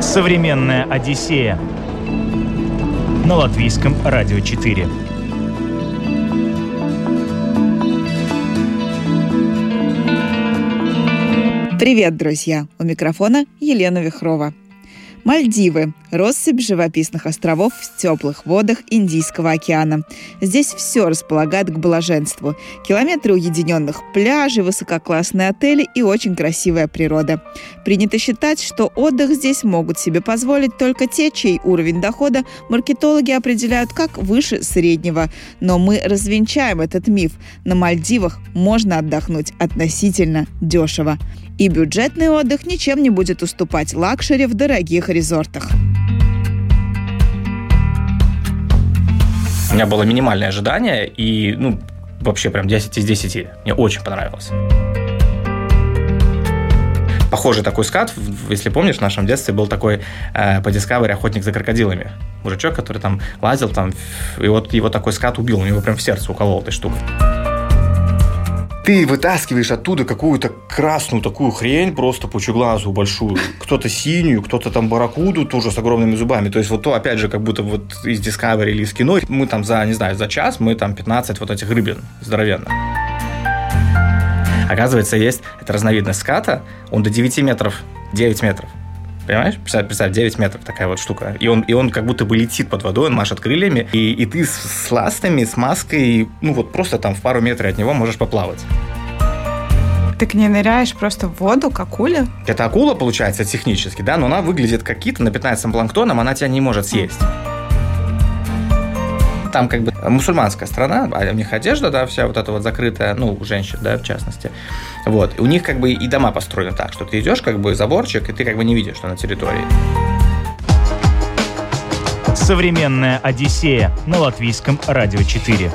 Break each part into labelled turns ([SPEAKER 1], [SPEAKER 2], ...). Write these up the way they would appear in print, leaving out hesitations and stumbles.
[SPEAKER 1] Современная Одиссея на Латвийском радио 4.
[SPEAKER 2] Привет, друзья! У микрофона Елена Вихрова. Мальдивы – россыпь живописных островов в теплых водах Индийского океана. Здесь все располагает к блаженству. Километры уединенных пляжей, высококлассные отели и очень красивая природа. Принято считать, что отдых здесь могут себе позволить только те, чей уровень дохода маркетологи определяют как выше среднего. Но мы развенчаем этот миф. На Мальдивах можно отдохнуть относительно дешево. И бюджетный отдых ничем не будет уступать лакшери в дорогих резортах.
[SPEAKER 3] У меня было минимальное ожидание, и, вообще прям 10 из 10. Мне очень понравилось. Похожий такой скат, если помнишь, в нашем детстве был такой по Discovery «Охотник за крокодилами». Мужичок, который там лазил, и вот его такой скат убил, у него прям в сердце уколол этой штукой. Ты вытаскиваешь оттуда какую-то красную такую хрень, просто пучеглазую большую, кто-то синюю, кто-то там барракуду тоже с огромными зубами. То есть вот то, опять же, как будто вот из Discovery или из кино. Мы там за час мы там 15 вот этих рыбин здоровенно. Оказывается, есть эта разновидность ската, он до 9 метров. Понимаешь? Представь, 9 метров такая вот штука. И он как будто бы летит под водой, он машет крыльями, и ты с ластами, с маской, просто там в пару метров от него можешь поплавать.
[SPEAKER 4] Ты к ней ныряешь просто в воду, к акуле?
[SPEAKER 3] Это акула, получается, технически, да, но она выглядит как кит, напитается планктоном, она тебя не может съесть. Там как бы мусульманская страна, а у них одежда, да, вся вот эта вот закрытая, у женщин, да, в частности. Вот. У них как бы и дома построены так, что ты идешь как бы заборчик, и ты как бы не видишь, что на территории.
[SPEAKER 1] Современная Одиссея на Латвийском радио 4.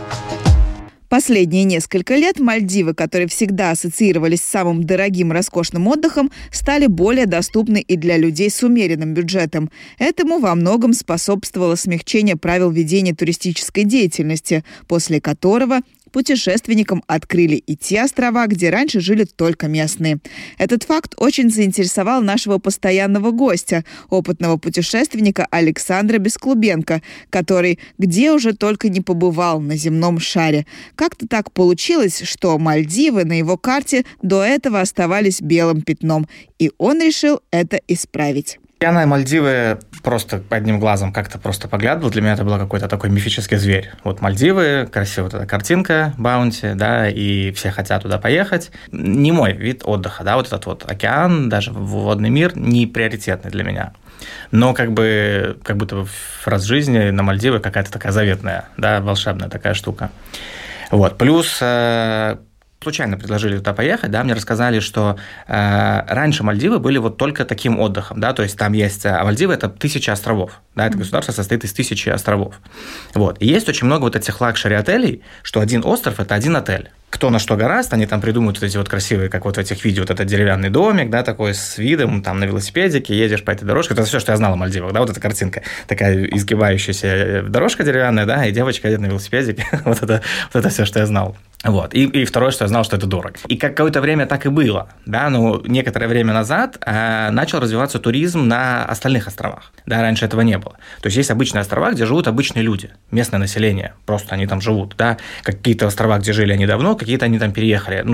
[SPEAKER 2] Последние несколько лет Мальдивы, которые всегда ассоциировались с самым дорогим роскошным отдыхом, стали более доступны и для людей с умеренным бюджетом. Этому во многом способствовало смягчение правил ведения туристической деятельности, после которого путешественникам открыли и те острова, где раньше жили только местные. Этот факт очень заинтересовал нашего постоянного гостя, опытного путешественника Александра Бесклубенко, который где уже только не побывал на земном шаре. Как-то так получилось, что Мальдивы на его карте до этого оставались белым пятном, и он решил это исправить.
[SPEAKER 3] Я на Мальдивы просто одним глазом как-то просто поглядывал. Для меня это был какой-то такой мифический зверь. Вот Мальдивы, красивая вот эта картинка, Баунти, да, и все хотят туда поехать. Не мой вид отдыха, да, вот этот вот океан, даже водный мир не приоритетный для меня. Но как будто раз в жизни на Мальдивы какая-то такая заветная, да, волшебная такая штука. Вот, плюс... случайно предложили туда поехать, да, мне рассказали, что раньше Мальдивы были вот только таким отдыхом, да, то есть там есть, а Мальдивы – это 1000 островов, да, это государство состоит из 1000 островов, вот, и есть очень много вот этих лакшери-отелей, что один остров – это один отель. Кто на что гораст, они там придумывают вот эти вот красивые, как вот в этих видео, вот этот деревянный домик, да, такой с видом, там на велосипедике, едешь по этой дорожке, это все, что я знал о Мальдивах, да, вот эта картинка, такая изгибающаяся дорожка деревянная, да, и девочка едет на велосипедике, вот это все, что я знал. Вот. И второе, что я знал, что это дорого. И какое-то время так и было, да, но некоторое время назад начал развиваться туризм на остальных островах, да, раньше этого не было. То есть обычные острова, где живут обычные люди, местное население, просто они там живут, да, какие-то острова, где жили они давно, какие-то они там переехали,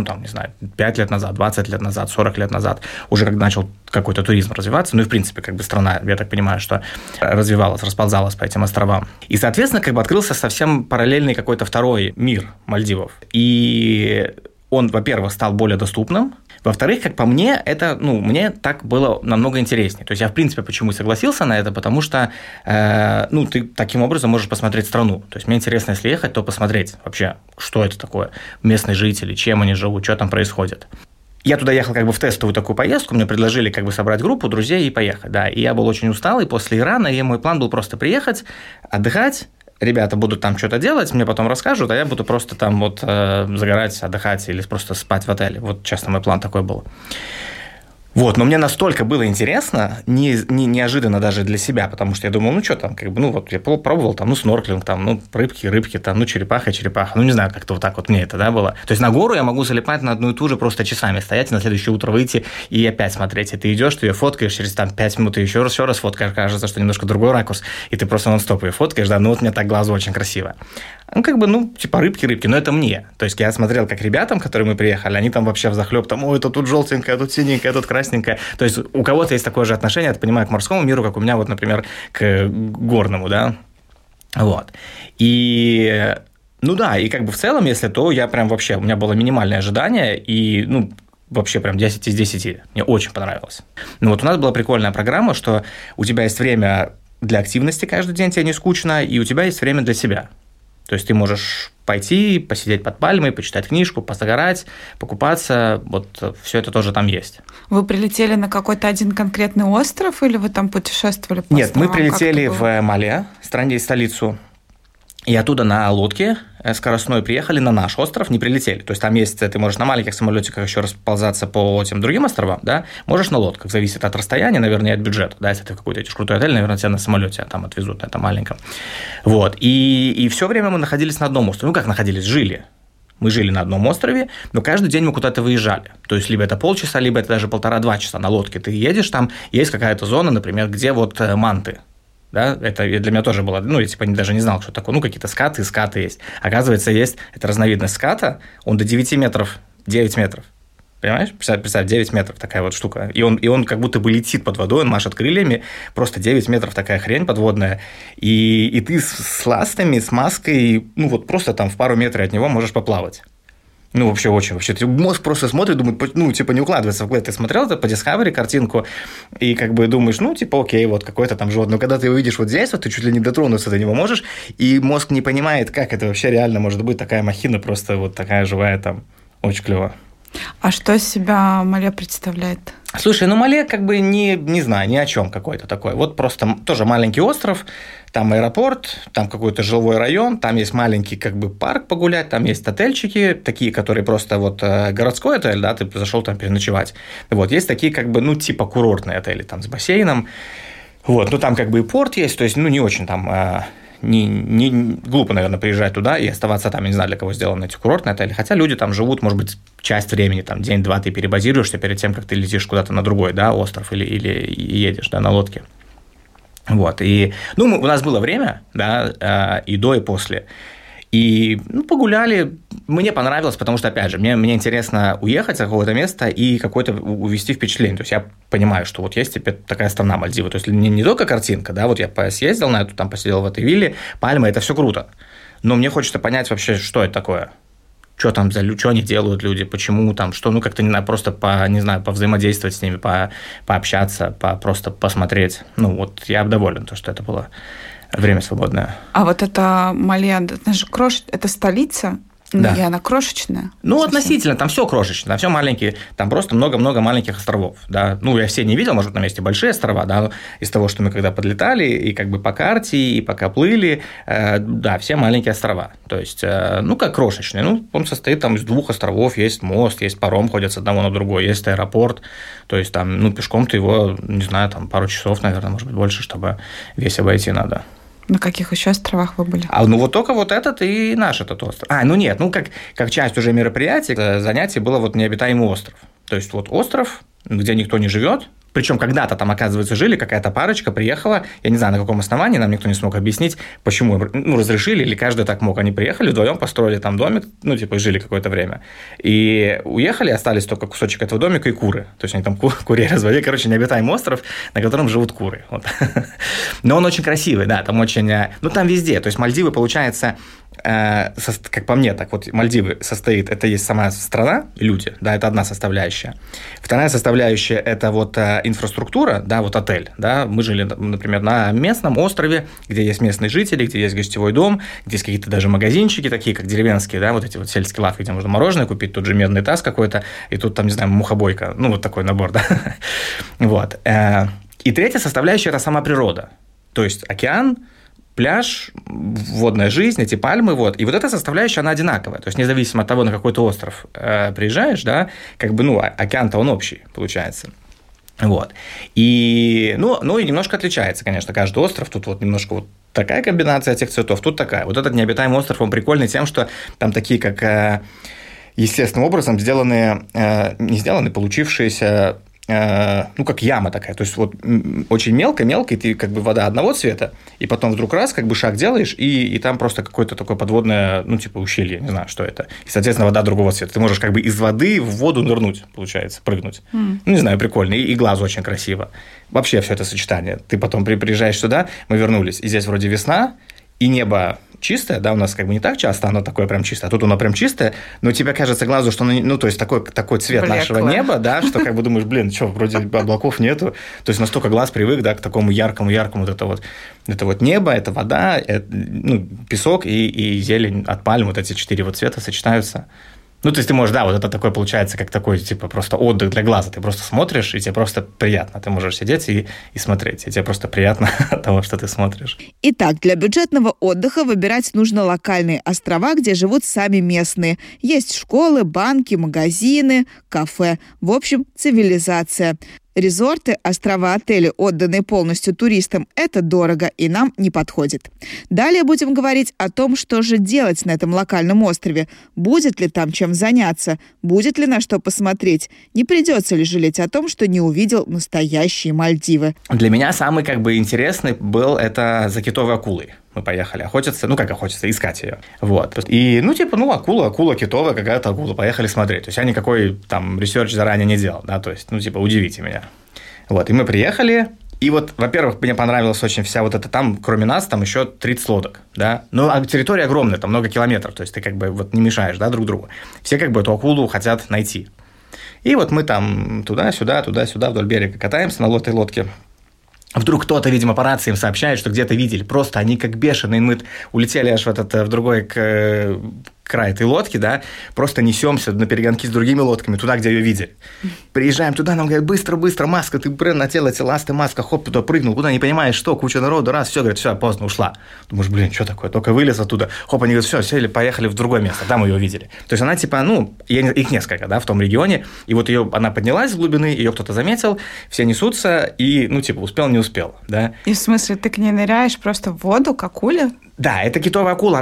[SPEAKER 3] 5 лет назад, 20 лет назад, 40 лет назад, уже как начал какой-то туризм развиваться, и в принципе, как бы страна, я так понимаю, что развивалась, расползалась по этим островам. И, соответственно, как бы открылся совсем параллельный какой-то второй мир Мальдивов. И он, во-первых, стал более доступным. Во-вторых, как по мне, это, мне так было намного интереснее. То есть я, в принципе, почему согласился на это, потому что, ты таким образом можешь посмотреть страну. То есть мне интересно, если ехать, то посмотреть вообще, что это такое, местные жители, чем они живут, что там происходит. Я туда ехал как бы в тестовую такую поездку, мне предложили как бы собрать группу друзей и поехать, да. И я был очень усталый после Ирана, и мой план был просто приехать, отдыхать. Ребята будут там что-то делать, мне потом расскажут, а я буду просто там загорать, отдыхать или просто спать в отеле. Вот, честно, мой план такой был. Вот, но мне настолько было интересно, неожиданно даже для себя, потому что я думал, ну что там, как бы, ну вот я пробовал там, ну снорклинг, там, ну рыбки, там, ну черепаха, ну не знаю, как-то вот так вот мне это, да, было. То есть на гору я могу залипать на одну и ту же просто часами стоять, и на следующее утро выйти и опять смотреть. И ты идешь, ты ее фоткаешь, через там 5 минут ты еще раз фоткаешь, кажется, что немножко другой ракурс, и ты просто нон-стоп ее фоткаешь, да, ну вот мне так глазу очень красиво. Ну, как бы, ну, типа рыбки, но это мне. То есть я смотрел, как ребятам, которые мы приехали, они там вообще взахлеб, там, ой, это тут желтенькое, тут синенькое, тут красненькое. То есть у кого-то есть такое же отношение, я понимаю, к морскому миру, как у меня, вот, например, к горному, да. Вот. И, ну да, и как бы в целом, если то, я прям вообще, у меня было минимальное ожидание, и, ну, вообще прям 10 из 10. Мне очень понравилось. Ну вот у нас была прикольная программа, что у тебя есть время для активности каждый день, тебе не скучно, и у тебя есть время для себя. То есть ты можешь пойти, посидеть под пальмой, почитать книжку, позагорать, покупаться. Вот все это тоже там есть.
[SPEAKER 4] Вы прилетели на какой-то один конкретный остров или вы там путешествовали по
[SPEAKER 3] Нет,
[SPEAKER 4] островам?
[SPEAKER 3] мы прилетели в Мале, столицу, и оттуда на лодке скоростной приехали на наш остров, не прилетели. То есть там есть, ты можешь на маленьких самолетиках еще расползаться по этим другим островам, да, можешь на лодках, зависит от расстояния, наверное, и от бюджета, да, если ты в какой-то крутой отель, наверное, тебя на самолете там отвезут на этом маленьком. Вот, и все время мы находились на одном острове, ну как находились, жили. Мы жили на одном острове, но каждый день мы куда-то выезжали. То есть, либо это полчаса, либо это даже 1,5-2 часа на лодке. Ты едешь, там есть какая-то зона, например, где вот манты. Да, это для меня тоже было, ну, я типа даже не знал, что такое, ну, какие-то скаты есть. Оказывается, есть, это разновидность ската, он до 9 метров, понимаешь? Представь, 9 метров такая вот штука, и он как будто бы летит под водой, он машет крыльями, просто 9 метров такая хрень подводная, и ты с ластами, с маской, ну, вот просто там в пару метров от него можешь поплавать. Ну, вообще, мозг просто смотрит, думает, ну, типа, не укладывается в голову. Ты смотрел это по Discovery картинку, и как бы думаешь, ну, типа, окей, вот какой-то там животное. Но когда ты увидишь вот здесь, вот ты чуть ли не дотронуться до него можешь, и мозг не понимает, как это вообще реально может быть, такая махина просто вот такая живая там. Очень клево.
[SPEAKER 4] А что из себя Мале представляет?
[SPEAKER 3] Слушай, ну Мале как бы не знаю, ни о чем какой-то такой. Вот просто тоже маленький остров, там аэропорт, там какой-то жилой район, там есть маленький как бы парк погулять, там есть отельчики, такие, которые просто вот городской отель, да, ты зашел там переночевать. Вот, есть такие как бы, ну, типа курортные отели, там с бассейном. Вот, ну там как бы и порт есть, то есть, ну, не очень там... Не глупо, наверное, приезжать туда и оставаться там, я не знаю, для кого сделаны эти курортные отели, хотя люди там живут, может быть, часть времени, там, день-два ты перебазируешься перед тем, как ты летишь куда-то на другой, да, остров или едешь, да, на лодке. Вот, и, ну, у нас было время, да, и до, и после, и, ну, погуляли, мне понравилось, потому что, опять же, мне интересно уехать с какого-то места и какое-то увести впечатление. То есть я понимаю, что вот есть теперь такая страна Мальдивы. То есть не только картинка, да, вот я съездил на эту, там посидел в этой вилле, пальма, это все круто. Но мне хочется понять вообще, что это такое. Что там что они делают люди, почему там, что, ну, как-то, не знаю, просто повзаимодействовать с ними, пообщаться, просто посмотреть. Ну, вот я доволен, то, что это было время свободное.
[SPEAKER 4] А вот это Мале, это же это столица?
[SPEAKER 3] Да.
[SPEAKER 4] И она крошечная?
[SPEAKER 3] Ну,
[SPEAKER 4] совсем.
[SPEAKER 3] относительно, там все крошечно, там все маленькие, там просто много-много маленьких островов, да. Ну, я все не видел, может, на месте большие острова, да, но из того, что мы когда подлетали, и как бы по карте, и пока плыли, да, все маленькие острова, то есть, ну, как крошечные, ну, он состоит там из 2 островов, есть мост, есть паром, ходят с одного на другой, есть аэропорт, то есть, там, ну, пешком-то его, не знаю, там, пару часов, наверное, может быть, больше, чтобы весь обойти надо.
[SPEAKER 4] На каких еще островах вы были?
[SPEAKER 3] Ну, вот только вот этот и наш этот остров. Ну нет, ну, как часть уже мероприятий, занятие было вот необитаемый остров. То есть, вот остров, где никто не живет, причем когда-то там, оказывается, жили, какая-то парочка приехала, я не знаю, на каком основании, нам никто не смог объяснить, почему, ну, разрешили, или каждый так мог. Они приехали вдвоем, построили там домик, ну, типа, жили какое-то время. И уехали, остались только кусочек этого домика и куры. То есть, они там курей разводили. Короче, необитаемый остров, на котором живут куры. Вот. Но он очень красивый, да, там очень... Ну, там везде. То есть, Мальдивы, получается, как по мне, так вот, Мальдивы состоит, это есть сама страна, люди, да, это одна составляющая. Вторая составляющая – это вот инфраструктура, да, вот отель, да, мы жили, например, на местном острове, где есть местные жители, где есть гостевой дом, где есть какие-то даже магазинчики такие, как деревенские, да, вот эти вот сельские лавки, где можно мороженое купить, тут же медный таз какой-то, и тут там, не знаю, мухобойка, ну, вот такой набор, да, вот. И третья составляющая – это сама природа, то есть океан, пляж, водная жизнь, эти пальмы, вот. И вот эта составляющая, она одинаковая. То есть, независимо от того, на какой ты остров приезжаешь, да, как бы, ну, океан-то он общий, получается. Вот. И, ну и немножко отличается, конечно, каждый остров. Тут вот немножко вот такая комбинация этих цветов, тут такая. Вот этот необитаемый остров, он прикольный тем, что там такие, как естественным образом получившиеся, как яма такая. То есть вот очень мелко-мелко, и ты как бы вода одного цвета, и потом вдруг раз, как бы шаг делаешь, и там просто какое-то такое подводное, ущелье, не знаю, что это. И, соответственно, вода другого цвета. Ты можешь как бы из воды в воду нырнуть, получается, прыгнуть. Не знаю, прикольно. И глазу очень красиво. Вообще все это сочетание. Ты потом приезжаешь сюда, мы вернулись, и здесь вроде весна, и небо чистое, да, у нас как бы не так часто оно такое прям чистое, а тут оно прям чистое, но тебе кажется глазу, что оно, то есть такой цвет нашего неба, да, что как бы думаешь, что, вроде облаков нету, то есть настолько глаз привык, да, к такому яркому это вот небо, это вода, песок и зелень от пальм, вот эти 4 вот цвета сочетаются. То есть ты можешь, да, вот это такое получается, как такой, типа, просто отдых для глаза. Ты просто смотришь, и тебе просто приятно. Ты можешь сидеть и смотреть, и тебе просто приятно от того, что ты смотришь.
[SPEAKER 2] Итак, для бюджетного отдыха выбирать нужно локальные острова, где живут сами местные. Есть школы, банки, магазины, кафе. В общем, цивилизация. Резорты, острова, отели, отданные полностью туристам, это дорого и нам не подходит. Далее будем говорить о том, что же делать на этом локальном острове. Будет ли там чем заняться? Будет ли на что посмотреть? Не придется ли жалеть о том, что не увидел настоящие Мальдивы?
[SPEAKER 3] Для меня самый интересный был это за китовой акулой. Мы поехали охотиться, искать ее. Вот. И, акула китовая, какая-то акула, поехали смотреть. То есть я никакой там ресерч заранее не делал, да, то есть, удивите меня. Вот, и мы приехали, и вот, во-первых, мне понравилась очень вся вот эта, там, кроме нас, там еще 30 лодок, да, а территория огромная, там много километров, то есть ты как бы вот не мешаешь, да, друг другу. Все как бы эту акулу хотят найти. И вот мы там туда-сюда вдоль берега катаемся на этой лодке. Вдруг кто-то, видимо, по рации им сообщает, что где-то видели. Просто они как бешеные. Мы улетели аж в другой край этой лодки, да, просто несемся на перегонки с другими лодками туда, где ее видели. Приезжаем туда, нам говорят, быстро, маска, ты надел эти ласты, маска, хоп, туда прыгнул, куда не понимаешь, что, куча народу, раз, все, говорят, все, поздно, ушла. Думаешь, что такое, только вылез оттуда, хоп, они говорят, все, сели, поехали в другое место, там ее увидели. То есть она их несколько, да, в том регионе, и вот она поднялась с глубины, ее кто-то заметил, все несутся, и, успел, не успел, да.
[SPEAKER 4] И в смысле, ты к ней ныряешь просто в воду, к акуле?
[SPEAKER 3] Да, это китовая акула,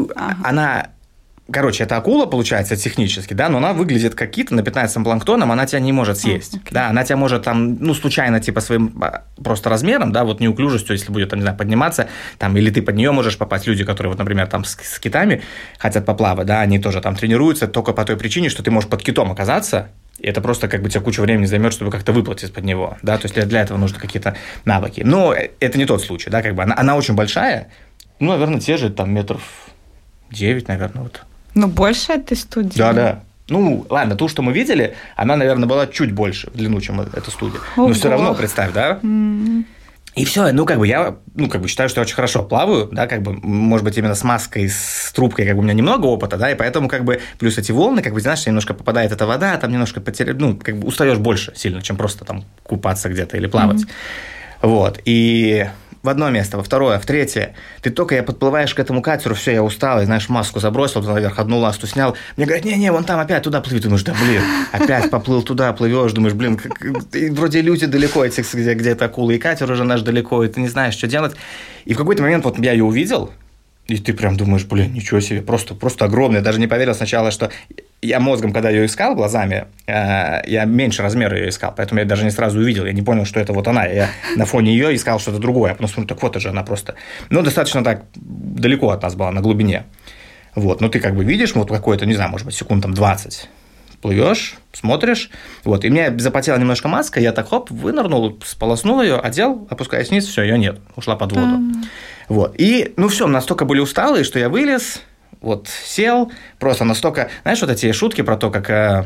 [SPEAKER 3] это акула, получается, технически, да, но она выглядит как кит, напитается планктоном, она тебя не может съесть. Okay. Да, она тебя может там, случайно, своим просто размером, да, вот неуклюжестью, если будет, там, не знаю, подниматься, там, или ты под нее можешь попасть. Люди, которые, вот, например, там с китами хотят поплавать, да, они тоже там тренируются только по той причине, что ты можешь под китом оказаться, и это просто как бы тебе кучу времени займет, чтобы как-то выплыть из-под него, да, то есть для этого нужны какие-то навыки. Но это не тот случай, да, как бы она очень большая, наверное, те же там 9 метров, наверное, вот.
[SPEAKER 4] Больше этой студии.
[SPEAKER 3] Да. Ладно, ту, что мы видели, она, наверное, была чуть больше в длину, чем эта студия.
[SPEAKER 4] Ого.
[SPEAKER 3] Но все равно, представь, да? И все, я считаю, что я очень хорошо плаваю, да, может быть, именно с маской, с трубкой, у меня немного опыта, да, и поэтому, плюс эти волны, знаешь, немножко попадает эта вода, там немножко устаешь больше сильно, чем просто там купаться где-то или плавать. Вот, и в одно место, во второе, в третье. Ты только подплываешь к этому катеру, все, я устал, и, знаешь, маску забросил туда наверх, одну ласту снял. Мне говорят, не, вон там опять туда плыви. Думаешь, опять поплыл туда, плывешь, думаешь, вроде люди далеко, где это акула, и катер уже наш далеко, и ты не знаешь, что делать. И в какой-то момент вот я ее увидел, и ты прям думаешь, ничего себе, просто огромная. Даже не поверил сначала, что я мозгом, когда ее искал глазами, я меньше размера ее искал, поэтому я даже не сразу увидел, я не понял, что это вот она. Я на фоне ее искал что-то другое, потому что, так вот же она просто. Достаточно так далеко от нас была, на глубине. Вот, ты видишь, вот какое-то, не знаю, может быть, секунд там 20, плывешь, смотришь, вот, и мне запотела немножко маска, я так, хоп, вынырнул, сполоснул ее, одел, опускаясь вниз, все, ее нет, ушла под воду. Вот, и, все, настолько были усталые, что я вылез, вот, сел, просто настолько, знаешь, вот эти шутки про то, как,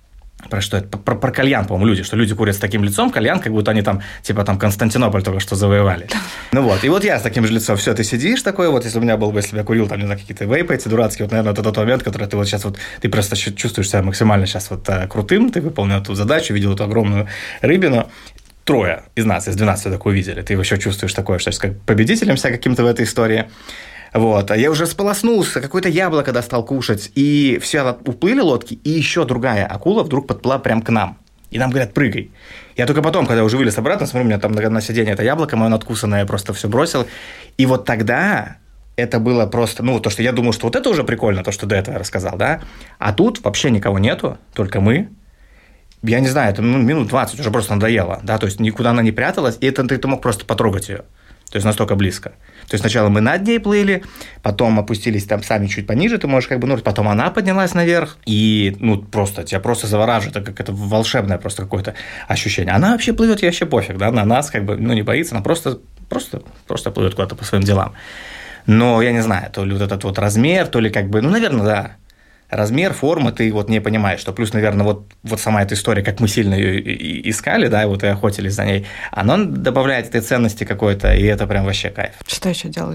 [SPEAKER 3] про кальян, по-моему, люди, что люди курят с таким лицом, кальян, как будто они там, Константинополь только что завоевали. И вот я с таким же лицом, все, ты сидишь такой, вот, если у меня был бы, если бы я курил, там, не знаю, какие-то вейпы эти дурацкие, вот, наверное, это тот момент, который ты вот сейчас вот, ты просто чувствуешь себя максимально сейчас вот крутым, ты выполнил эту задачу, видел эту огромную рыбину. 3 из нас, из 12 такое видели, ты еще чувствуешь такое, что как победителем себя каким-то в этой истории. Вот, а я уже сполоснулся, какое-то яблоко когда стал кушать, и все, уплыли лодки, и еще другая акула вдруг подплыла прямо к нам. И нам говорят, прыгай. Я только потом, когда уже вылез обратно, смотрю, у меня там на сиденье это яблоко мое надкусанное, я просто все бросил. И вот тогда это было просто, ну, то, что я думал, что вот это уже прикольно, то, что до этого я рассказал, да. А тут вообще никого нету, только мы. Я не знаю, это минут 20 уже просто надоело, да, то есть никуда она не пряталась, и это ты мог просто потрогать ее. То есть настолько близко. То есть сначала мы над ней плыли, потом опустились там сами чуть пониже, ты можешь как бы нырнуть, потом она поднялась наверх, и ну просто тебя просто завораживает, это как это волшебное просто какое-то ощущение. Она вообще плывет, ей вообще пофиг, да, на нас как бы, ну не боится, она просто плывет куда-то по своим делам. Но я не знаю, то ли вот этот вот размер, то ли как бы, ну, наверное, да. Размер, форма, ты вот не понимаешь, что плюс, наверное, вот сама эта история, как мы сильно ее искали, да, вот и охотились за ней, она добавляет этой ценности какой-то, и это прям вообще кайф.
[SPEAKER 4] Что еще делали?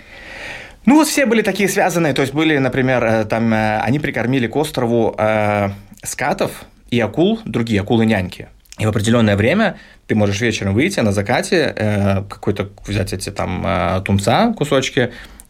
[SPEAKER 3] Ну, вот все были такие связанные, то есть были, например, там, они прикормили к острову скатов и акул, другие акулы-няньки. И в определенное время ты можешь вечером выйти на закате, какой-то взять эти там тунца, кусочки,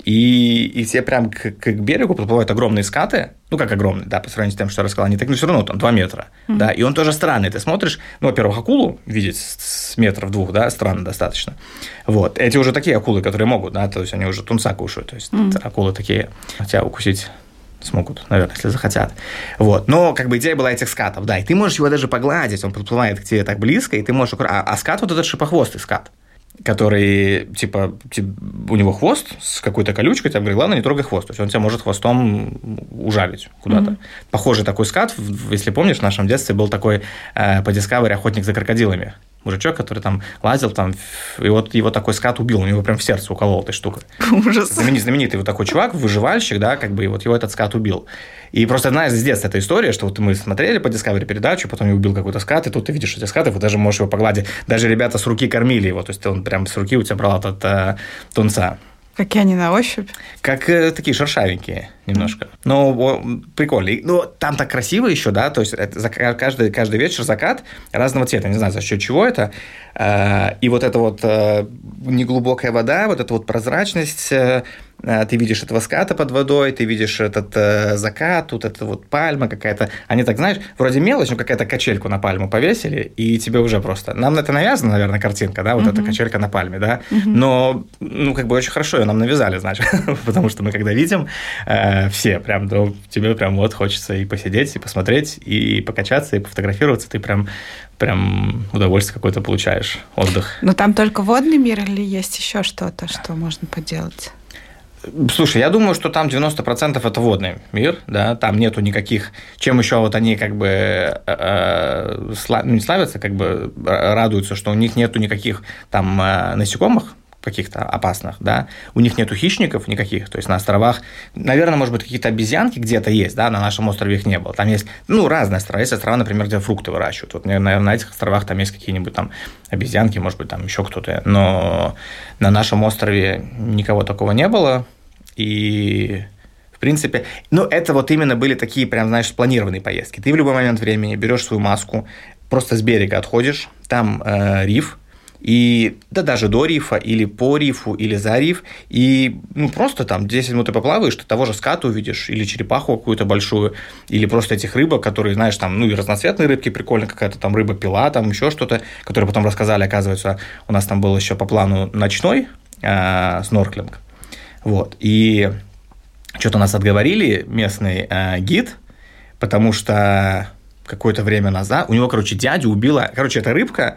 [SPEAKER 3] и тебе прям к берегу подплывают огромные скаты, ну, как огромные, да, по сравнению с тем, что я рассказал, они так, ну, все равно там 2 метра, да, и он тоже странный, ты смотришь, ну, во-первых, акулу видеть с метров 2, да, странно достаточно, вот, эти уже такие акулы, которые могут, да, то есть они уже тунца кушают, то есть акулы такие, тебя укусить смогут, наверное, если захотят. Вот. Но как бы идея была этих скатов, да, и ты можешь его даже погладить, он подплывает к тебе так близко, и ты можешь... А скат вот этот шипохвостый скат, который, типа, у него хвост с какой-то колючкой, тебе говорит, главное, не трогай хвост, то есть он тебя может хвостом ужалить куда-то. Похожий такой скат, если помнишь, в нашем детстве был такой по Discovery «Охотник за крокодилами». Мужичок, который там лазил, там, и вот его такой скат убил, у него прям в сердце уколол этой штукой.
[SPEAKER 4] Ужас.
[SPEAKER 3] Знаменитый вот такой чувак, выживальщик, да, как бы, и вот его этот скат убил. И просто знаешь, с детства эта история, что вот мы смотрели по Discovery передачу, потом его убил какой-то скат, и тут ты видишь эти скаты, вот даже можешь его погладить. Даже ребята с руки кормили его, то есть он прям с руки у тебя брал этот тунца.
[SPEAKER 4] Какие они на ощупь?
[SPEAKER 3] Как такие шершавенькие немножко. Ну, прикольно. Ну, там так красиво еще, да, то есть это каждый вечер закат разного цвета, не знаю, за счет чего это. И вот эта вот неглубокая вода, вот эта вот прозрачность, ты видишь этого ската под водой, ты видишь этот закат, тут это вот пальма какая-то. Они так, знаешь, вроде мелочь, но какая-то качельку на пальму повесили, и тебе уже просто... Нам это навязана, наверное, картинка, да, вот эта качелька на пальме, да, но, ну, как бы очень хорошо ее нам навязали, значит, потому что мы когда видим, все прям, да, тебе прям вот хочется и посидеть, и посмотреть, и покачаться, и пофотографироваться, ты прям удовольствие какое-то получаешь, отдых.
[SPEAKER 4] Но там только водный мир или есть еще что-то, что можно поделать?
[SPEAKER 3] Слушай, я думаю, что там 90% это водный мир, да, там нету никаких, чем еще вот они как бы не славятся, как бы радуются, что у них нету никаких там насекомых каких-то опасных, да, у них нету хищников никаких, то есть на островах, наверное, может быть, какие-то обезьянки где-то есть, да, на нашем острове их не было, там есть, ну, разные острова, есть острова, например, где фрукты выращивают, вот, наверное, на этих островах там есть какие-нибудь там обезьянки, может быть, там еще кто-то, но на нашем острове никого такого не было, и... В принципе, ну, это вот именно были такие, прям, знаешь, спланированные поездки. Ты в любой момент времени берешь свою маску, просто с берега отходишь, там риф, и да даже до рифа, или по рифу, или за риф, и ну, просто там 10 минут ты поплаваешь, ты того же ската увидишь, или черепаху какую-то большую, или просто этих рыбок, которые, знаешь, там, ну, и разноцветные рыбки, прикольно, какая-то там рыба-пила, там еще что-то, которые потом рассказали, оказывается, у нас там был еще по плану ночной снорклинг, вот, и что-то нас отговорили местный гид, потому что какое-то время назад у него, короче, дядю убила, короче, эта рыба,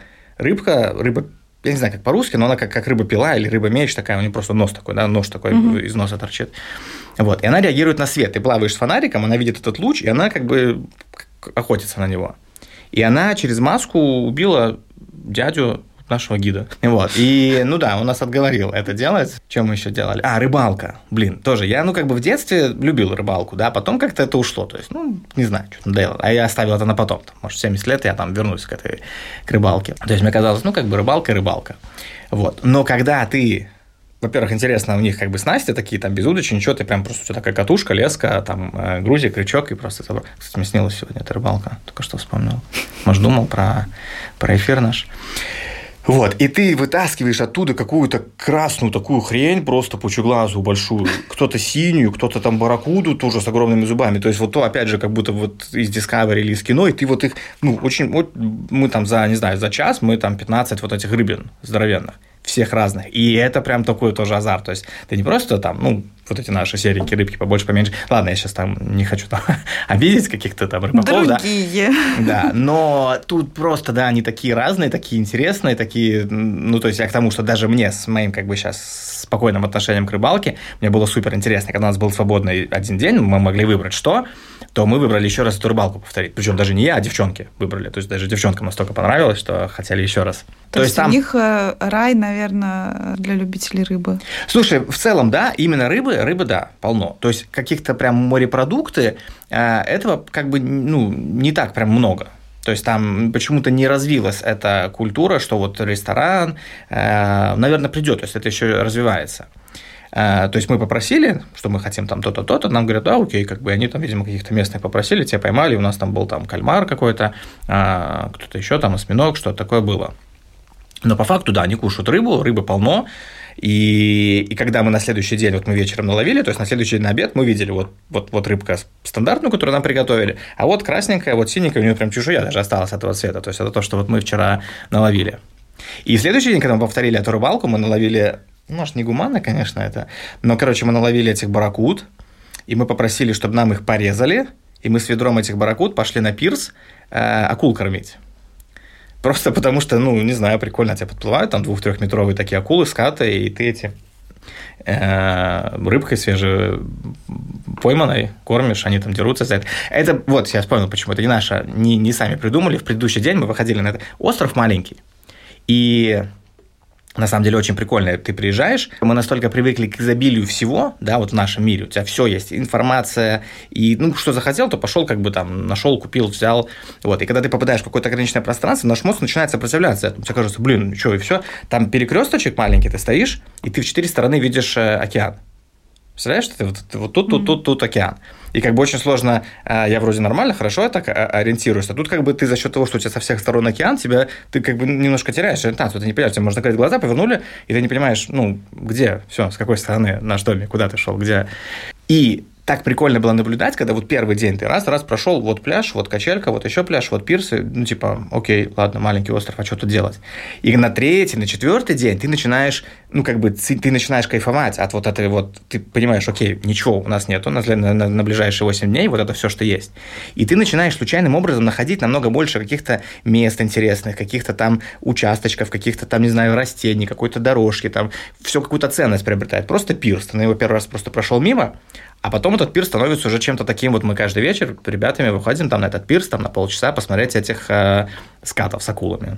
[SPEAKER 3] я не знаю, как по-русски, но она как рыба-пила или рыба-меч такая, у нее просто нос такой, да, нож такой из носа торчит. Вот, и она реагирует на свет. Ты плаваешь с фонариком, она видит этот луч, и она как бы охотится на него. И она через маску убила дядю нашего гида. Вот. И, ну да, он нас отговорил это делать. Что мы еще делали? Рыбалка. Блин, тоже. Я, ну, как бы в детстве любил рыбалку, да, потом как-то это ушло. То есть, ну, не знаю, что надоело. А я оставил это на потом. Там, может, 70 лет я там вернусь к рыбалке. То есть, мне казалось, ну, как бы рыбалка. Вот. Но когда ты... Во-первых, интересно, у них как бы снасти такие, там, без удочи, ничего, ты прям просто у тебя такая катушка, леска, там, грузик, крючок, и просто... Кстати, мне снилась сегодня эта рыбалка, только что вспомнил. Может, думал про эфир наш. Вот, и ты вытаскиваешь оттуда какую-то красную такую хрень, просто пучеглазую большую, кто-то синюю, кто-то там барракуду тоже с огромными зубами, то есть вот то, опять же, как будто вот из Discovery или из кино, и ты вот их, очень, мы там за час мы там 15 вот этих рыбин здоровенных, всех разных, и это прям такой тоже азарт, то есть ты не просто там, вот эти наши серенькие рыбки побольше, поменьше. Ладно, я сейчас там не хочу там обидеть каких-то там рыбаков.
[SPEAKER 4] Другие.
[SPEAKER 3] Да, но тут просто, да, они такие разные, такие интересные, такие, то есть я к тому, что даже мне с моим как бы сейчас спокойным отношением к рыбалке, мне было супер интересно, когда у нас был свободный один день, мы могли выбрать что, то мы выбрали еще раз эту рыбалку повторить. Причем даже не я, а девчонки выбрали. То есть даже девчонкам настолько понравилось, что хотели еще раз.
[SPEAKER 4] То есть там... у них рай, наверное, для любителей рыбы.
[SPEAKER 3] Слушай, в целом, да, именно рыбы, да, полно. То есть каких-то прям морепродукты, этого как бы, не так прям много. То есть там почему-то не развилась эта культура, что вот ресторан, наверное, придет, то есть это еще развивается. То есть мы попросили, что мы хотим там то-то, то-то, нам говорят, да, окей, как бы они там, видимо, каких-то местных попросили, те поймали, у нас там был там кальмар какой-то, кто-то еще там, осьминог, что-то такое было. Но по факту, да, они кушают рыбу, рыбы полно, и когда мы на следующий день, вот мы вечером наловили, то есть на следующий день на обед мы видели вот рыбка стандартную, которую нам приготовили, а вот красненькая, вот синенькая, у нее прям чешуя даже осталась этого цвета, то есть это то, что вот мы вчера наловили. И в следующий день, когда мы повторили эту рыбалку, мы наловили... может, не гуманно, конечно, это, но, короче, мы наловили этих барракуд, и мы попросили, чтобы нам их порезали, и мы с ведром этих барракуд пошли на пирс акул кормить. Просто потому что, не знаю, прикольно, тебя подплывают, там 2-3-метровые такие акулы, скаты, и ты эти рыбкой свежей пойманной кормишь, они там дерутся за это. Это, вот, я вспомнил, почему, это не наше, не сами придумали, в предыдущий день мы выходили на это. Остров маленький, и... На самом деле очень прикольно, ты приезжаешь, мы настолько привыкли к изобилию всего, да, вот в нашем мире, у тебя все есть, информация, и, что захотел, то пошел, как бы там, нашел, купил, взял, вот, и когда ты попадаешь в какое-то ограниченное пространство, наш мозг начинает сопротивляться этому, тебе кажется, что, и все, там перекресточек маленький, ты стоишь, и ты в 4 стороны видишь океан. Представляешь, что ты вот тут океан. И как бы очень сложно, я вроде нормально, хорошо я так ориентируюсь, а тут как бы ты за счет того, что у тебя со всех сторон океан, ты как бы немножко теряешь ориентацию, ты не понимаешь, тебе можно закрыть глаза, повернули, и ты не понимаешь, где, все, с какой стороны наш домик, куда ты шел, где. И так прикольно было наблюдать, когда вот первый день ты раз прошел, вот пляж, вот качелька, вот еще пляж, вот пирсы, окей, ладно, маленький остров, а что тут делать? И на 3-й, на 4-й день ты начинаешь, ты начинаешь кайфовать от вот этой вот, ты понимаешь, окей, ничего у нас нету на ближайшие 8 дней, вот это все, что есть. И ты начинаешь случайным образом находить намного больше каких-то мест интересных, каких-то там участочков, каких-то там, не знаю, растений, какой-то дорожки, там все какую-то ценность приобретает. Просто пирс, ты на его первый раз просто прошел мимо, а потом этот пирс становится уже чем-то таким, вот мы каждый вечер с ребятами выходим там на этот пирс, там на полчаса посмотреть этих скатов с акулами.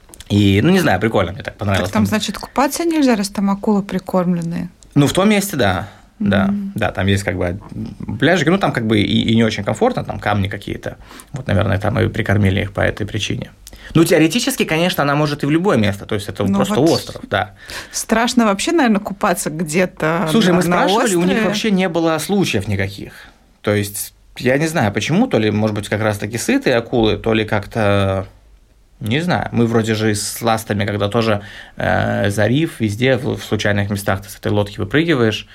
[SPEAKER 3] И, не знаю, прикольно, мне так понравилось.
[SPEAKER 4] Так там, значит, купаться нельзя, раз там акулы прикормленные?
[SPEAKER 3] В том месте, да. Да, там есть как бы пляжики, там как бы и не очень комфортно, там камни какие-то. Вот, наверное, там и прикормили их по этой причине. Теоретически, конечно, она может и в любое место, то есть это просто остров, да.
[SPEAKER 4] Страшно вообще, наверное, купаться где-то.
[SPEAKER 3] Слушай, мы спрашивали, у них вообще не было случаев никаких. То есть, я не знаю, почему, то ли, может быть, как раз-таки сытые акулы, то ли как-то... Не знаю, мы вроде же и с ластами, когда тоже зариф, везде, в случайных местах ты с этой лодки выпрыгиваешь,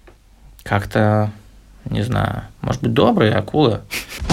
[SPEAKER 3] как-то, не знаю, может быть, добрые акулы.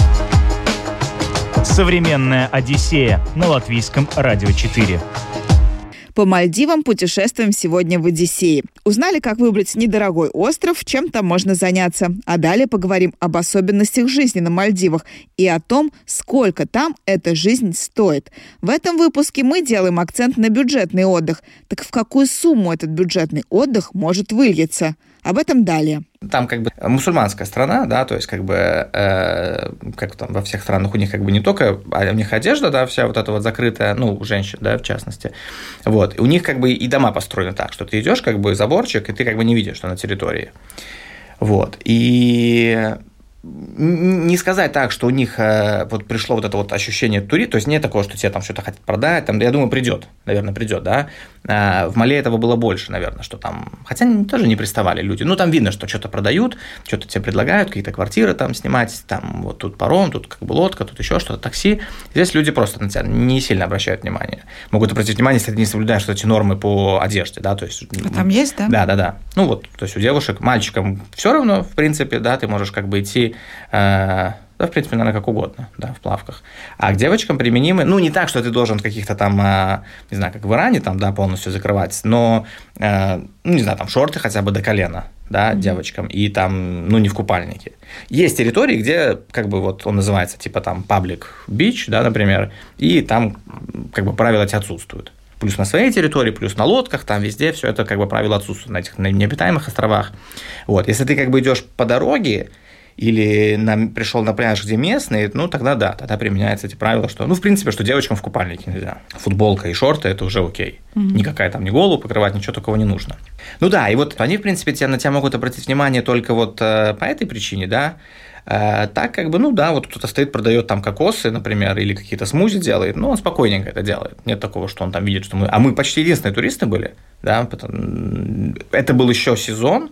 [SPEAKER 1] Современная Одиссея на Латвийском радио 4.
[SPEAKER 2] По Мальдивам путешествуем сегодня в Одиссее. Узнали, как выбрать недорогой остров, чем там можно заняться. А далее поговорим об особенностях жизни на Мальдивах и о том, сколько там эта жизнь стоит. В этом выпуске мы делаем акцент на бюджетный отдых. Так в какую сумму этот бюджетный отдых может выльется? Об этом далее.
[SPEAKER 3] Там как бы мусульманская страна, да, то есть как бы, как там во всех странах у них как бы не только, у них одежда, да, вся вот эта вот закрытая, у женщин, да, в частности, вот, и у них как бы и дома построены так, что ты идешь как бы заборчик, и ты как бы не видишь, что на территории, вот, и не сказать так, что у них вот пришло вот это вот ощущение туризма, то есть нет такого, что тебе там что-то хотят продать, там, я думаю, наверное, придет, да. В Мале этого было больше, наверное, что там, хотя тоже не приставали люди, ну, там видно, что что-то продают, что-то тебе предлагают, какие-то квартиры там снимать, там вот тут паром, тут как бы лодка, тут еще что-то, такси. Здесь люди просто на тебя не сильно обращают внимание. Могут обратить внимание, если ты не соблюдаешь эти нормы по одежде, да, то есть...
[SPEAKER 4] А там есть, да?
[SPEAKER 3] Да. Ну, вот, то есть у девушек, мальчикам все равно, в принципе, да, ты можешь как бы идти, да, в принципе, наверное, как угодно, да, в плавках. А к девочкам применимы, ну, не так, что ты должен каких-то там, не знаю, как в Иране, там, да, полностью закрывать, но, ну, не знаю, там, шорты хотя бы до колена, да, девочкам, и там, ну, не в купальнике. Есть территории, где, как бы, вот он называется, типа, там, public beach, да, например, и там, как бы, правила эти отсутствуют. Плюс на своей территории, плюс на лодках, там везде все это, как бы, правила отсутствуют на этих необитаемых островах. Вот, если ты, как бы, идешь по дороге, или пришел на пляж, где местные, ну, тогда да, тогда применяются эти правила, что, ну, в принципе, что девочкам в купальнике нельзя. Футболка и шорты – это уже окей. Никакая там ни голову покрывать, ничего такого не нужно. Ну да, и вот они, в принципе, на тебя могут обратить внимание только вот по этой причине, да. Так, как бы, ну да, вот кто-то стоит, продает там кокосы, например, или какие-то смузи делает, ну, он спокойненько это делает. Нет такого, что он там видит, что мы... А мы почти единственные туристы были, да, это был еще сезон,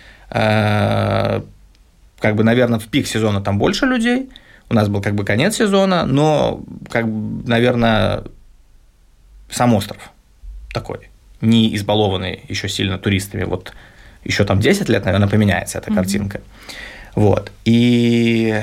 [SPEAKER 3] как бы, наверное, в пик сезона там больше людей, у нас был, как бы, конец сезона, но, как бы, наверное, сам остров такой, не избалованный еще сильно туристами, вот еще там 10 лет, наверное, поменяется эта картинка. Вот, и...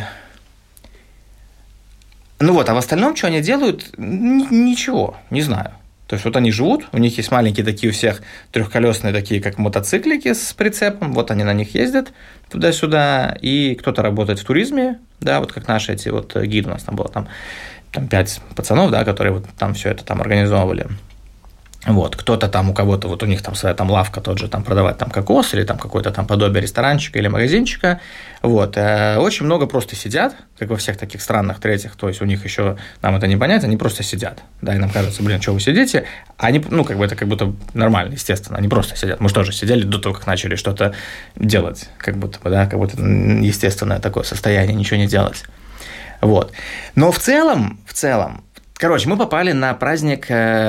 [SPEAKER 3] Ну вот, а в остальном, что они делают, ничего, не знаю. То есть вот они живут, у них есть маленькие такие у всех трехколесные такие, как мотоциклики с прицепом, вот они на них ездят туда-сюда, и кто-то работает в туризме, да, вот как наши эти вот гиды, у нас там было там 5 пацанов, да, которые вот там все это там организовывали. Вот, кто-то там, у кого-то, вот у них там своя там лавка, тот же там продавать там кокос или там какое-то там подобие ресторанчика или магазинчика, вот, очень много просто сидят, как во всех таких странных третьих, то есть у них еще, нам это не понять, они просто сидят, да, и нам кажется, блин, что вы сидите, они, ну, как бы это как будто нормально, естественно, они просто сидят, мы же тоже сидели до того, как начали что-то делать, как будто бы, да, как будто естественное такое состояние, ничего не делать, вот, но в целом, короче, мы попали на праздник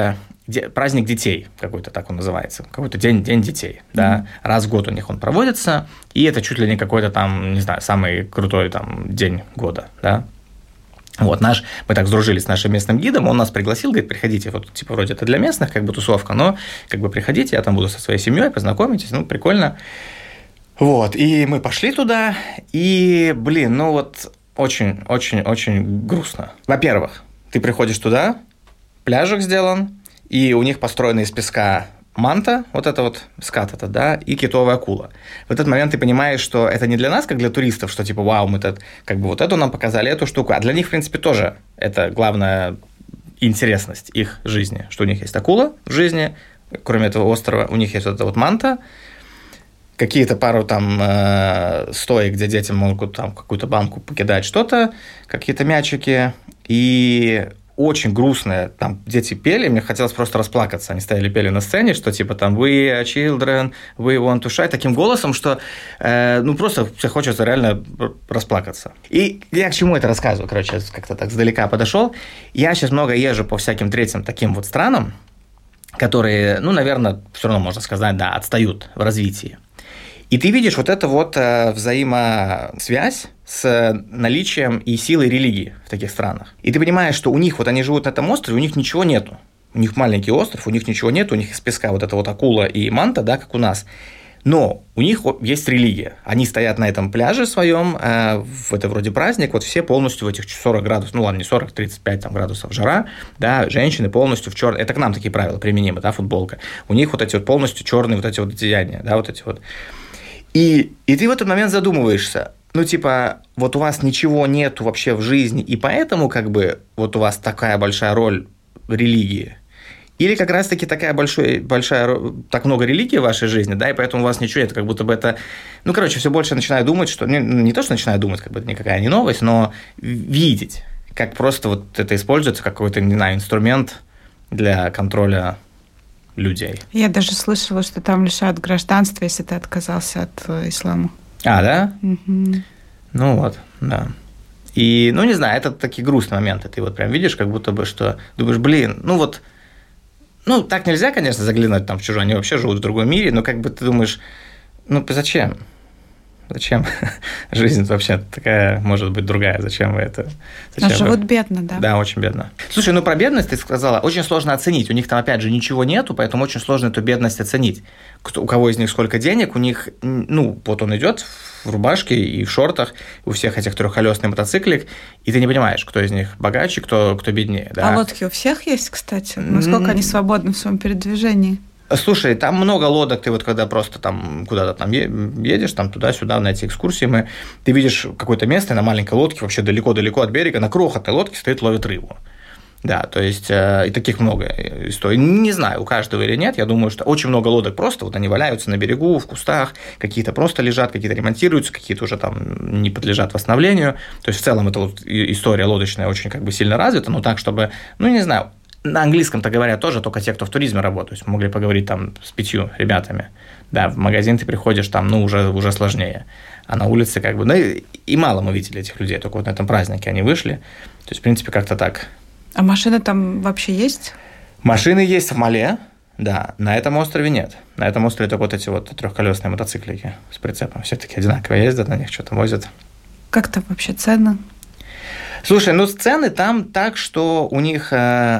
[SPEAKER 3] детей какой-то, так он называется, какой-то день детей, да, раз в год у них он проводится, и это чуть ли не какой-то там, не знаю, самый крутой там день года, да. Вот, мы так сдружились с нашим местным гидом, он нас пригласил, говорит, приходите, вот, типа, вроде это для местных, как бы, тусовка, но, как бы, приходите, я там буду со своей семьей, познакомитесь, ну, прикольно. Вот, и мы пошли туда, и, блин, ну, вот, очень-очень-очень грустно. Во-первых, ты приходишь туда, пляжик сделан, и у них построена из песка манта, вот это вот скат этот, да, и китовая акула. В этот момент ты понимаешь, что это не для нас, как для туристов, что типа, вау, мы тут как бы вот эту нам показали, эту штуку, а для них, в принципе, тоже это главная интересность их жизни, что у них есть акула в жизни, кроме этого острова, у них есть вот эта вот манта, какие-то пару там стоек, где дети могут там какую-то банку покидать что-то, какие-то мячики, и... очень грустное, там дети пели, мне хотелось просто расплакаться, они стояли, пели на сцене, что типа там «We are children, we want to shine», таким голосом, что ну просто все хочется реально расплакаться. И я к чему это рассказываю, короче, я как-то так сдалека подошел. Я сейчас много езжу по всяким третьим таким вот странам, которые, ну, наверное, все равно можно сказать, да, отстают в развитии. И ты видишь вот эту вот взаимосвязь с наличием и силой религии в таких странах. И ты понимаешь, что у них, вот они живут на этом острове, у них ничего нету. У них маленький остров, у них ничего нету, у них из песка вот эта вот акула и манта, да, как у нас. Но у них есть религия. Они стоят на этом пляже своем, это вроде праздник, вот все полностью в этих 40 градусов, ну ладно, не 40, 35 там, градусов жара, да, женщины полностью в черном, это к нам такие правила применимы, да, футболка. У них вот эти вот полностью черные вот эти вот одеяния, да, вот эти вот. И ты в этот момент задумываешься, ну, типа, вот у вас ничего нету вообще в жизни, и поэтому, как бы, вот у вас такая большая роль религии, или как раз-таки такая большая, так много религии в вашей жизни, да, и поэтому у вас ничего нет, как будто бы это, ну, короче, все больше начинаю думать, что, не то, что начинаю думать, как бы это никакая не новость, но видеть, как просто вот это используется, как какой-то, не знаю, инструмент для контроля людей.
[SPEAKER 4] Я даже слышала, что там лишают гражданства, если ты отказался от ислама.
[SPEAKER 3] А, да?
[SPEAKER 4] Угу.
[SPEAKER 3] Ну вот, да. И, ну, не знаю, это такие грустные моменты. Ты вот прям видишь, как будто бы, что думаешь, блин, ну вот, ну, так нельзя, конечно, заглянуть там в чужое, они вообще живут в другом мире, но как бы ты думаешь, ну, зачем? Зачем? Жизнь вообще такая, может быть, другая. Зачем вы это?
[SPEAKER 4] Зачем живут бедно, да?
[SPEAKER 3] Да, очень бедно. Слушай, ну про бедность ты сказала, очень сложно оценить. У них там, опять же, ничего нету, поэтому очень сложно эту бедность оценить. У кого из них сколько денег, у них, ну, вот он идет в рубашке и в шортах, у всех этих трехколесный мотоциклик, и ты не понимаешь, кто из них богаче, кто беднее. Да?
[SPEAKER 4] А лодки у всех есть, кстати? Насколько они свободны в своем передвижении?
[SPEAKER 3] Слушай, там много лодок, ты вот когда просто там куда-то там едешь, там туда-сюда на эти экскурсии, ты видишь какое-то место, и на маленькой лодке, вообще далеко-далеко от берега, на крохотной лодке стоит, ловит рыбу. Да, то есть, и таких много историй. Не знаю, у каждого или нет, я думаю, что очень много лодок просто, вот они валяются на берегу, в кустах, какие-то просто лежат, какие-то ремонтируются, какие-то уже там не подлежат восстановлению. То есть, в целом, эта вот история лодочная очень как бы сильно развита, но так, чтобы, ну, не знаю, на английском-то говорят тоже только те, кто в туризме работает. То есть мы могли поговорить там с 5 ребятами. Да, в магазин ты приходишь, там, ну, уже сложнее. А на улице как бы... Ну, и мало мы видели этих людей, только вот на этом празднике они вышли. То есть, в принципе, как-то так.
[SPEAKER 4] А машины там вообще есть?
[SPEAKER 3] Машины есть в Мале, да. На этом острове нет. На этом острове только вот эти вот трехколесные мотоциклики с прицепом. Все таки одинаково ездят, на них что-то возят.
[SPEAKER 4] Как там вообще цены?
[SPEAKER 3] Слушай, ну, цены там так, что у них...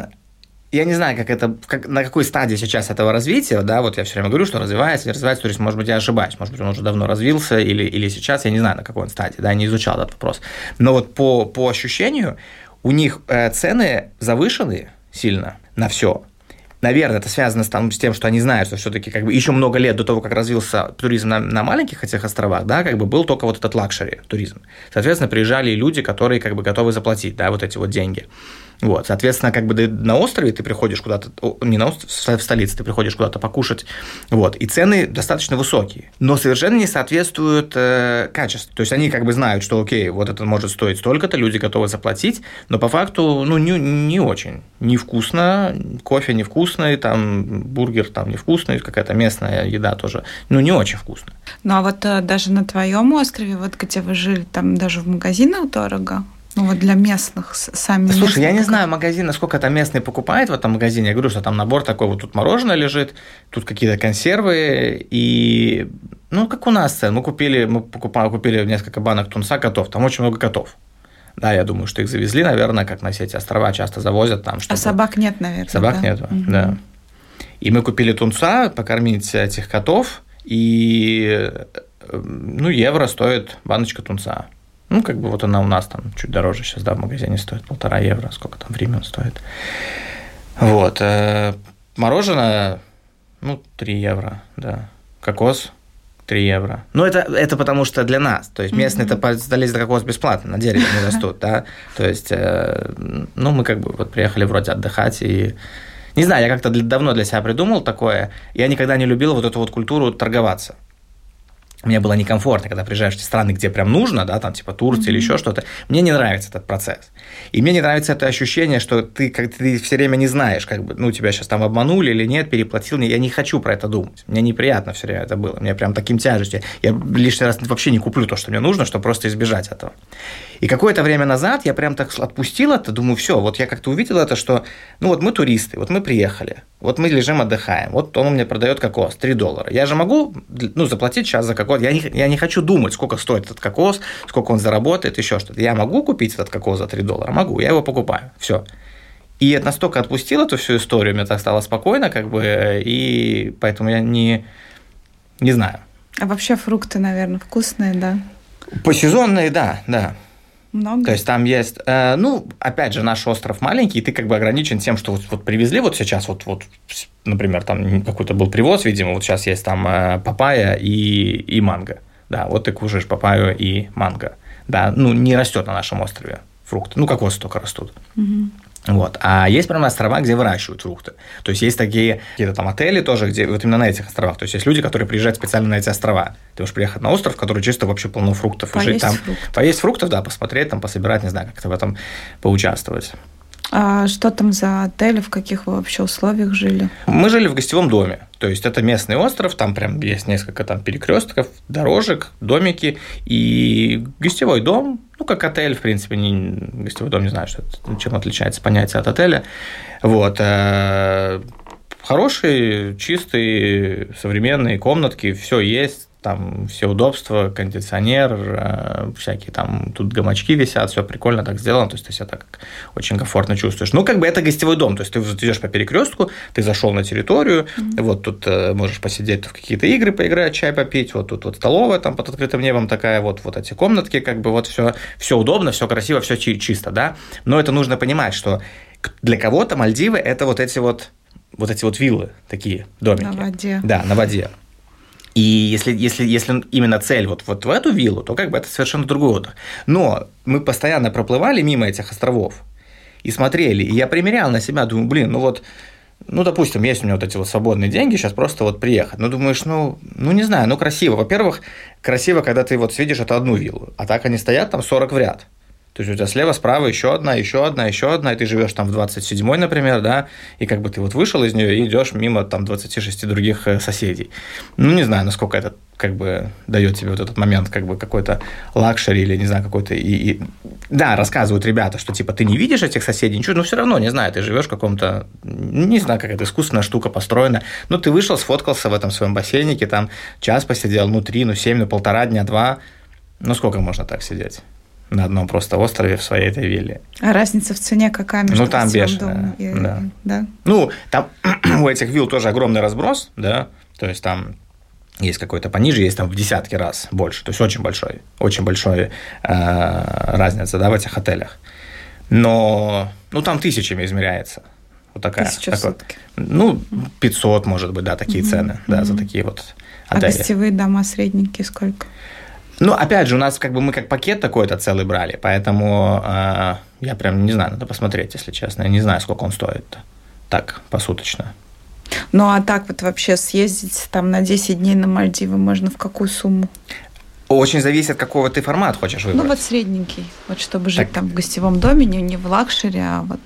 [SPEAKER 3] Я не знаю, на какой стадии сейчас этого развития, да, вот я все время говорю, что развивается, не развивается туризм, может быть, я ошибаюсь, может быть, он уже давно развился или сейчас, я не знаю, на какой он стадии, да, не изучал этот вопрос. Но вот по ощущению у них цены завышены сильно на все. Наверное, это связано с тем, что они знают, что все-таки как бы еще много лет до того, как развился туризм на маленьких этих островах, да, как бы был только вот этот лакшери туризм. Соответственно, приезжали люди, которые как бы готовы заплатить, да, вот эти вот деньги. Вот, соответственно, как бы на острове ты приходишь куда-то, не на острове, в столице ты приходишь куда-то покушать, вот, и цены достаточно высокие, но совершенно не соответствуют качеству. То есть они как бы знают, что окей, вот это может стоить столько-то, люди готовы заплатить, но по факту, ну, не очень. Невкусно, кофе невкусный, там, бургер там невкусный, какая-то местная еда тоже, ну, не очень вкусно.
[SPEAKER 4] Ну, а вот даже на твоем острове, вот где вы жили, там даже в магазинах дорого? Ну, вот для местных, сами местные.
[SPEAKER 3] Слушай, я не знаю магазин, насколько там местный покупает в этом магазине. Я говорю, что там набор такой, вот тут мороженое лежит, тут какие-то консервы, и, ну, как у нас цены. Мы купили несколько банок тунца котов, там очень много котов. Да, я думаю, что их завезли, наверное, как на все эти острова часто завозят там.
[SPEAKER 4] А собак нет, наверное,
[SPEAKER 3] собак нет, да. И мы купили тунца, покормить этих котов, и, ну, евро стоит баночка тунца. Ну, как бы вот она у нас там чуть дороже сейчас, да, в магазине стоит 1,5 евро, сколько там в Риме он стоит. Вот. Мороженое, ну, 3 евро, да. Кокос 3 евро. Ну, это потому что для нас. То есть местные-то сдались за кокос бесплатно, на дереве не растут, да. То есть, ну, мы как бы вот приехали вроде отдыхать и... Не знаю, я как-то давно для себя придумал такое. Я никогда не любил вот эту вот культуру торговаться. Мне было некомфортно, когда приезжаешь в те страны, где прям нужно, да, там типа Турция или еще что-то. Мне не нравится этот процесс. И мне не нравится это ощущение, что ты все время не знаешь, как бы, ну, тебя сейчас там обманули или нет, переплатил. Я не хочу про это думать. Мне неприятно все время это было. Мне прям таким тяжестью. Я лишний раз вообще не куплю то, что мне нужно, чтобы просто избежать этого. И какое-то время назад я прям так отпустил это, думаю, все, вот я как-то увидел это, что, ну, вот мы туристы, вот мы приехали, вот мы лежим, отдыхаем, вот он мне продает кокос, $3. Я же могу, ну, заплатить сейчас за кокос. Я не хочу думать, сколько стоит этот кокос, сколько он заработает, еще что-то. Я могу купить этот кокос за $3? Могу, я его покупаю, все. И это настолько отпустил эту всю историю, мне так стало спокойно, как бы, и поэтому я не знаю.
[SPEAKER 4] А вообще фрукты, наверное, вкусные, да?
[SPEAKER 3] Посезонные, да.
[SPEAKER 4] Много?
[SPEAKER 3] То есть там есть, ну, опять же, наш остров маленький, и ты как бы ограничен тем, что вот привезли вот сейчас, вот, например, там какой-то был привоз, видимо, вот сейчас есть там папайя и манго. Да, вот ты кушаешь папайю и манго. Да, ну, не растет на нашем острове фрукты, ну, кокосы только растут. Вот. А есть прямо острова, где выращивают фрукты. То есть есть такие какие-то там отели тоже, где вот именно на этих островах. То есть есть люди, которые приезжают специально на эти острова. Ты можешь приехать на остров, который чисто вообще полно фруктов. И жить там, поесть фруктов, да, посмотреть, там, пособирать, не знаю, как-то в этом поучаствовать.
[SPEAKER 4] А что там за отель, в каких вы вообще условиях жили?
[SPEAKER 3] Мы жили в гостевом доме, то есть это местный остров, там прям есть несколько там перекрестков, дорожек, домики и гостевой дом, ну, как отель, в принципе, гостевой дом, не знаю, чем отличается понятие от отеля, вот, хорошие, чистые, современные комнатки, все есть, там все удобства, кондиционер, всякие там, тут гамачки висят, все прикольно так сделано, то есть ты себя так очень комфортно чувствуешь. Ну, как бы это гостевой дом, то есть ты идешь по перекрестку, ты зашел на территорию, вот тут можешь посидеть в какие-то игры поиграть, чай попить, вот тут вот столовая там под открытым небом такая, вот эти комнатки, как бы вот все удобно, все красиво, все чисто, да, но это нужно понимать, что для кого-то Мальдивы – это вот эти вот виллы, такие домики.
[SPEAKER 4] На воде.
[SPEAKER 3] Да, на воде. И если именно цель вот в эту виллу, то как бы это совершенно другой отдых. Но мы постоянно проплывали мимо этих островов и смотрели, и я примерял на себя, думаю, допустим, есть у меня вот эти вот свободные деньги, сейчас просто вот приехать. Ну, думаешь, не знаю, красиво. Во-первых, красиво, когда ты вот видишь эту одну виллу, а так они стоят там 40 в ряд. То есть у тебя слева, справа еще одна, и ты живешь там в 27-й, например, да, и как бы ты вот вышел из нее и идешь мимо там 26 других соседей. Ну, не знаю, насколько это как бы дает тебе вот этот момент как бы какой-то лакшери или, не знаю, какой-то... Да, рассказывают ребята, что типа ты не видишь этих соседей, ничего, но все равно, не знаю, ты живешь в каком-то... Не знаю, как это искусственная штука построена, но ты вышел, сфоткался в этом своем бассейнике, там час посидел, 3, 7, 1,5 дня, 2. Сколько можно так сидеть? На одном просто острове в своей этой вилле.
[SPEAKER 4] А разница в цене какая между
[SPEAKER 3] там бешеная,
[SPEAKER 4] да.
[SPEAKER 3] Там у этих вилл тоже огромный разброс, да, то есть там есть какой-то пониже, есть там в десятки раз больше, то есть очень большая разница, да, в этих отелях. Но, там тысячами измеряется. Вот такая.
[SPEAKER 4] 1000 в сутки.
[SPEAKER 3] 500, может быть, да, такие цены, да, за такие вот отели.
[SPEAKER 4] А гостевые дома средненькие сколько?
[SPEAKER 3] Опять же, у нас мы как пакет такой-то целый брали, поэтому я прям не знаю, надо посмотреть, если честно. Я не знаю, сколько он стоит так, посуточно.
[SPEAKER 4] А так вот вообще съездить там на 10 дней на Мальдивы можно в какую сумму?
[SPEAKER 3] Очень зависит, какого ты формат хочешь выбрать.
[SPEAKER 4] Средненький, чтобы жить там в гостевом доме, не в лакшери, а вот...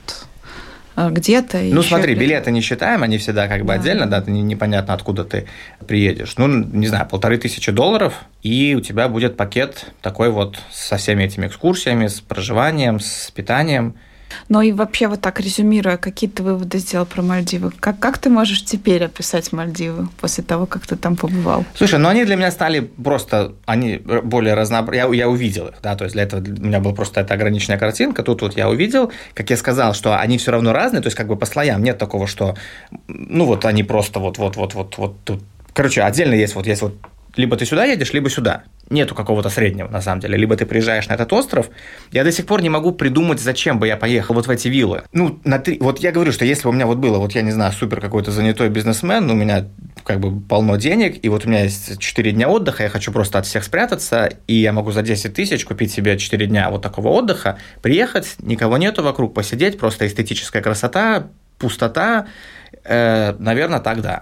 [SPEAKER 4] где-то.
[SPEAKER 3] Смотри, билеты не считаем, они всегда как бы отдельно, да, непонятно, откуда ты приедешь. Не знаю, $1500, и у тебя будет пакет такой вот со всеми этими экскурсиями, с проживанием, с питанием.
[SPEAKER 4] И вообще вот так резюмируя, какие ты выводы сделал про Мальдивы? Как ты можешь теперь описать Мальдивы после того, как ты там побывал?
[SPEAKER 3] Слушай, они для меня стали просто, они более разнообразные. Я увидел их, да, то есть для этого у меня была просто эта ограниченная картинка. Тут вот я увидел, как я сказал, что они все равно разные, то есть как бы по слоям. Нет такого, что, они просто вот тут. Короче, отдельно есть либо ты сюда едешь, либо сюда. Нету какого-то среднего, на самом деле. Либо ты приезжаешь на этот остров. Я до сих пор не могу придумать, зачем бы я поехал в эти виллы. Вот я говорю, что если бы у меня было, я не знаю, супер какой-то занятой бизнесмен, у меня как бы полно денег, и вот у меня есть 4 дня отдыха, я хочу просто от всех спрятаться, и я могу за 10 тысяч купить себе 4 дня вот такого отдыха, приехать, никого нету вокруг, посидеть, просто эстетическая красота, пустота, наверное, так да.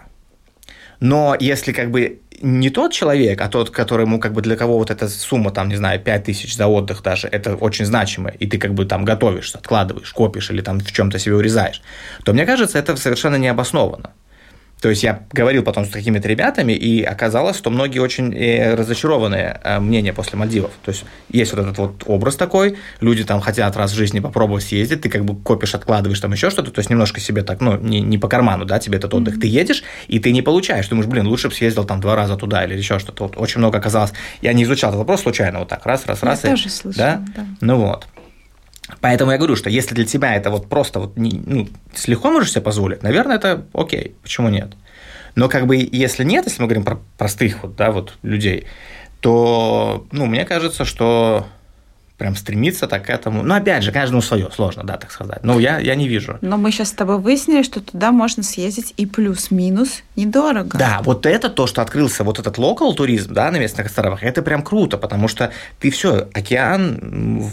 [SPEAKER 3] Но если как бы не тот человек, а тот, которому как бы для кого вот эта сумма, там, не знаю, 5000 за отдых даже, это очень значимо, и ты как бы там готовишься, откладываешь, копишь или там в чем-то себе урезаешь, то мне кажется, это совершенно необоснованно. То есть я говорил потом с какими-то ребятами, и оказалось, что многие очень разочарованные мнения после Мальдивов. То есть есть вот этот вот образ такой, люди там хотят раз в жизни попробовать съездить, ты как бы копишь, откладываешь там еще что-то, то есть немножко себе так, не по карману, да, тебе этот отдых. Ты едешь, и ты не получаешь, ты думаешь, лучше бы съездил там 2 раза туда или еще что-то. Вот очень много оказалось. Я не изучал этот вопрос случайно, вот так, раз.
[SPEAKER 4] Я тоже слышала, да.
[SPEAKER 3] Вот. Поэтому я говорю, что если для тебя это вот просто с легко можешь себе позволить, наверное, это окей, почему нет? Но как бы если нет, если мы говорим про простых людей, то, мне кажется, что прям стремиться так к этому. Опять же, каждому свое, сложно, да, так сказать. Я не вижу.
[SPEAKER 4] Но мы сейчас с тобой выяснили, что туда можно съездить и плюс-минус недорого.
[SPEAKER 3] Да, вот это то, что открылся вот этот локал туризм, да, на местных островах, это прям круто, потому что ты все, океан,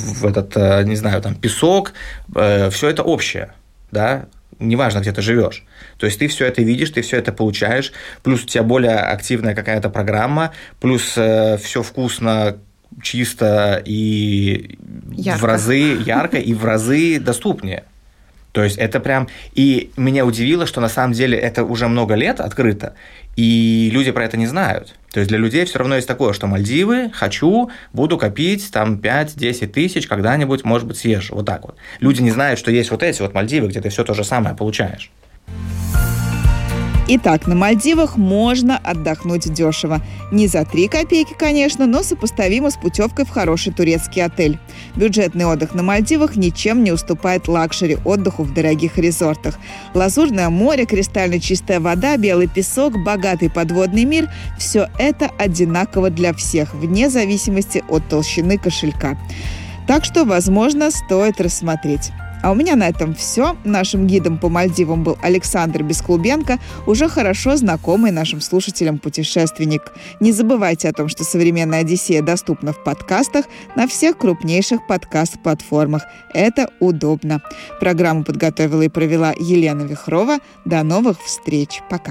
[SPEAKER 3] не знаю, там песок, все это общее, да, неважно, где ты живешь. То есть ты все это видишь, ты все это получаешь, плюс у тебя более активная какая-то программа, плюс все вкусно, чисто и ярко. В разы ярко и в разы доступнее. То есть это прям... И меня удивило, что на самом деле это уже много лет открыто, и люди про это не знают. То есть для людей все равно есть такое, что Мальдивы, хочу, буду копить там 5-10 тысяч, когда-нибудь, может быть, съезжу. Вот так вот. Люди не знают, что есть вот эти вот Мальдивы, где ты все то же самое получаешь.
[SPEAKER 2] Итак, на Мальдивах можно отдохнуть дешево. Не за 3 копейки, конечно, но сопоставимо с путевкой в хороший турецкий отель. Бюджетный отдых на Мальдивах ничем не уступает лакшери отдыху в дорогих резортах. Лазурное море, кристально чистая вода, белый песок, богатый подводный мир – все это одинаково для всех, вне зависимости от толщины кошелька. Так что, возможно, стоит рассмотреть. А у меня на этом все. Нашим гидом по Мальдивам был Александр Бесклубенко, уже хорошо знакомый нашим слушателям путешественник. Не забывайте о том, что «Современная Одиссея» доступна в подкастах на всех крупнейших подкаст-платформах. Это удобно. Программу подготовила и провела Елена Вихрова. До новых встреч. Пока.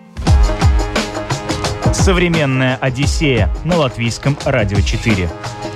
[SPEAKER 1] «Современная Одиссея» на Латвийском радио 4.